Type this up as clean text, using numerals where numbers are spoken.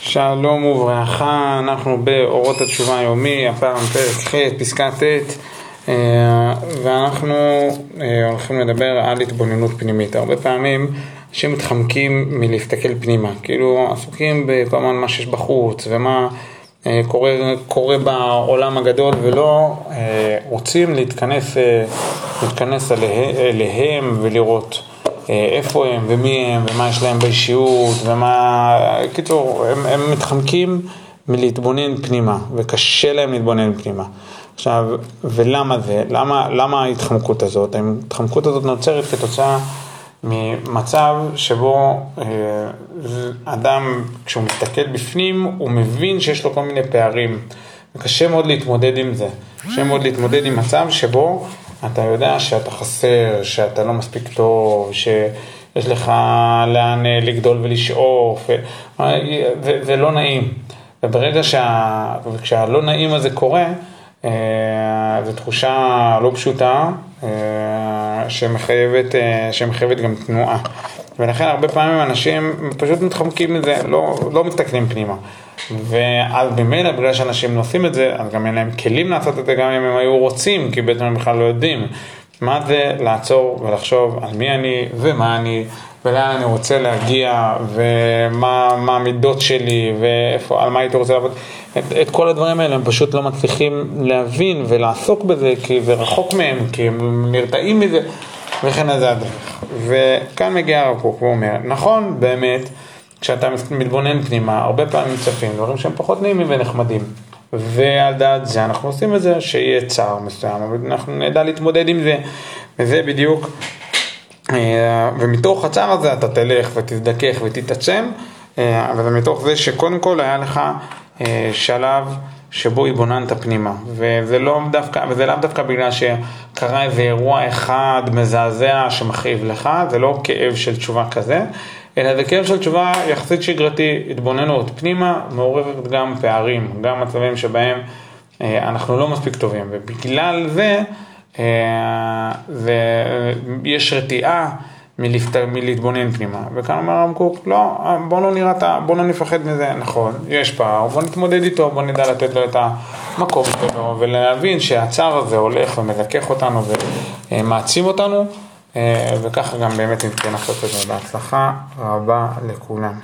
שלום וברכה, אנחנו באורות התשובה היומי, הפעם פרק ח' פסקה ט', ואנחנו הולכים לדבר על התבוננות פנימית. הרבה פעמים אנשים מתחמקים מלהסתכל פנימה, כאילו עסוקים בכל מה שיש בחוץ ומה קורה בעולם הגדול, ולא רוצים להתכנס אליהם ולראות איפה הם ומי הם ומה יש להם באישיות ומה, קיצור, הם מתחמקים מלהתבונן פנימה, וקשה להם להתבונן פנימה. עכשיו, ולמה זה? למה ההתחמקות הזאת? ההתחמקות הזאת נוצרת כתוצאה ממצב שבו אדם, כשהוא מסתכל בפנים, הוא מבין שיש לו כל מיני פערים, וקשה מאוד להתמודד עם זה. קשה מאוד להתמודד עם מצב שבו אתה יודע שאתה חסר, שאתה לא מספיק טוב, שיש לך לאן לגדול ולשאוף, זה לא נעים. וברגע כשהלא נעים הזה קורה, זו תחושה לא פשוטה, שמחייבת גם תנועה. ולכן הרבה פעמים אנשים פשוט מתחמקים מזה, לא מסתכלים פנימה. ואז במילא, בגלל שאנשים עושים את זה, אז גם אין להם כלים לעשות את זה, גם אם הם היו רוצים, כי בעצם הם בכלל לא יודעים מה זה לעצור ולחשוב על מי אני ומה אני, ולאן אני רוצה להגיע, ומה המידות שלי, ועל מה הייתי רוצה לעבוד. את כל הדברים האלה הם פשוט לא מצליחים להבין ולעסוק בזה, כי זה רחוק מהם, כי הם נרתעים מזה, וכן זה הדרך. וכאן מגיע הרב קוק ואומר, נכון, באמת, כשאתה מתבונן פנימה, הרבה פעמים צפים דברים שהם פחות נעימים ונחמדים. ועל דעת זה אנחנו עושים את זה, שיהיה צער מסוים, אבל אנחנו נדע להתמודד עם זה, וזה בדיוק, ומתוך הצער הזה אתה תלך ותזדכך ותתעצם, אבל זה מתוך זה שקודם כל היה לך שלב שבו התבוננת פנימה, וזה לאו דווקא בגלל שקרה איזה אירוע אחד מזעזע שמכאיב לך, זה לא כאב של תשובה כזה, אלא זה כאב של תשובה יחסית שגרתי. התבוננות פנימה מעוררת גם פערים, גם מצבים שבהם אנחנו לא מספיק טובים, ובגלל זה יש רתיעה מלהתבונן פנימה. וכאן אומר הרב קוק, לא, בוא לא נפחד מזה, נכון, יש פער, בוא נתמודד איתו, בוא נדע לתת לו את המקום שלו, ולהבין שהצער הזה הולך ומזכך אותנו ומעצים אותנו, וככה גם באמת נתקן לעשות את זה. בהצלחה רבה לכולם.